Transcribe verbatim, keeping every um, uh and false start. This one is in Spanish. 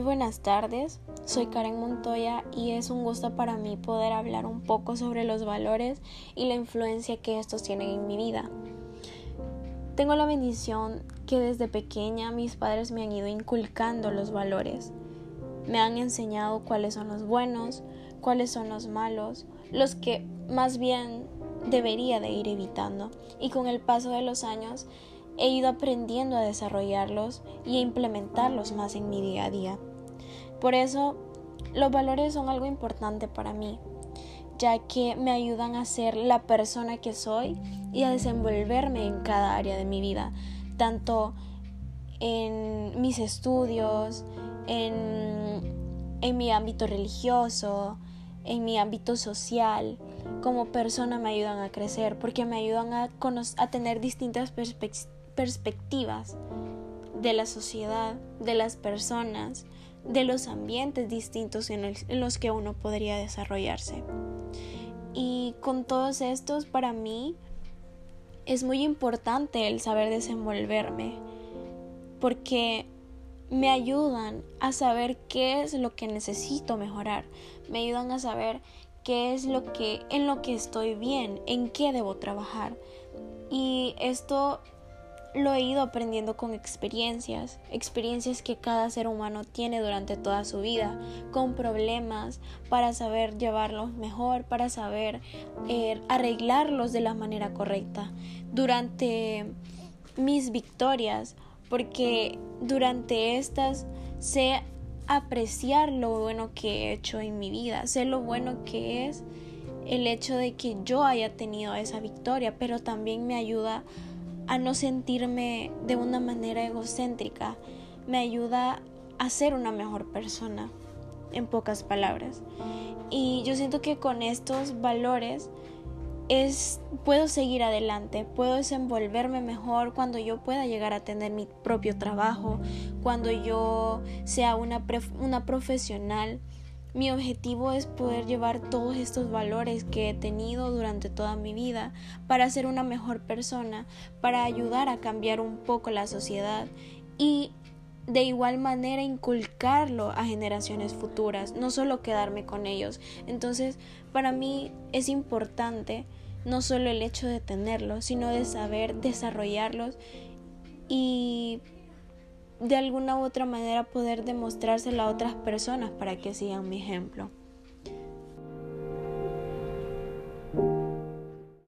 buenas tardes, soy Karen Montoya y es un gusto para mí poder hablar un poco sobre los valores y la influencia que estos tienen en mi vida. Tengo la bendición que desde pequeña mis padres me han ido inculcando los valores. Me han enseñado cuáles son los buenos, cuáles son los malos, los que más bien debería de ir evitando. Y con el paso de los años he ido aprendiendo a desarrollarlos y a implementarlos más en mi día a día. Por eso, los valores son algo importante para mí, ya que me ayudan a ser la persona que soy y a desenvolverme en cada área de mi vida, tanto en mis estudios, en, en mi ámbito religioso, en mi ámbito social. Como persona me ayudan a crecer porque me ayudan a, cono- a tener distintas perspectivas perspectivas de la sociedad, de las personas, de los ambientes distintos en, el, en los que uno podría desarrollarse. Y con todos estos, para mí es muy importante el saber desenvolverme, porque me ayudan a saber qué es lo que necesito mejorar, me ayudan a saber qué es lo que en lo que estoy bien, en qué debo trabajar. Y esto lo he ido aprendiendo con experiencias, experiencias que cada ser humano tiene durante toda su vida, con problemas, para saber llevarlos mejor, para saber eh, arreglarlos de la manera correcta. Durante mis victorias, porque durante estas sé apreciar lo bueno que he hecho en mi vida, sé lo bueno que es el hecho de que yo haya tenido esa victoria, pero también me ayuda a no sentirme de una manera egocéntrica, me ayuda a ser una mejor persona, en pocas palabras. Y yo siento que con estos valores es, puedo seguir adelante, puedo desenvolverme mejor cuando yo pueda llegar a tener mi propio trabajo, cuando yo sea una, pre, una profesional. Mi objetivo es poder llevar todos estos valores que he tenido durante toda mi vida para ser una mejor persona, para ayudar a cambiar un poco la sociedad y de igual manera inculcarlo a generaciones futuras, no solo quedarme con ellos. Entonces, para mí es importante no solo el hecho de tenerlos, sino de saber desarrollarlos y de alguna u otra manera poder demostrárselo a otras personas para que sigan mi ejemplo.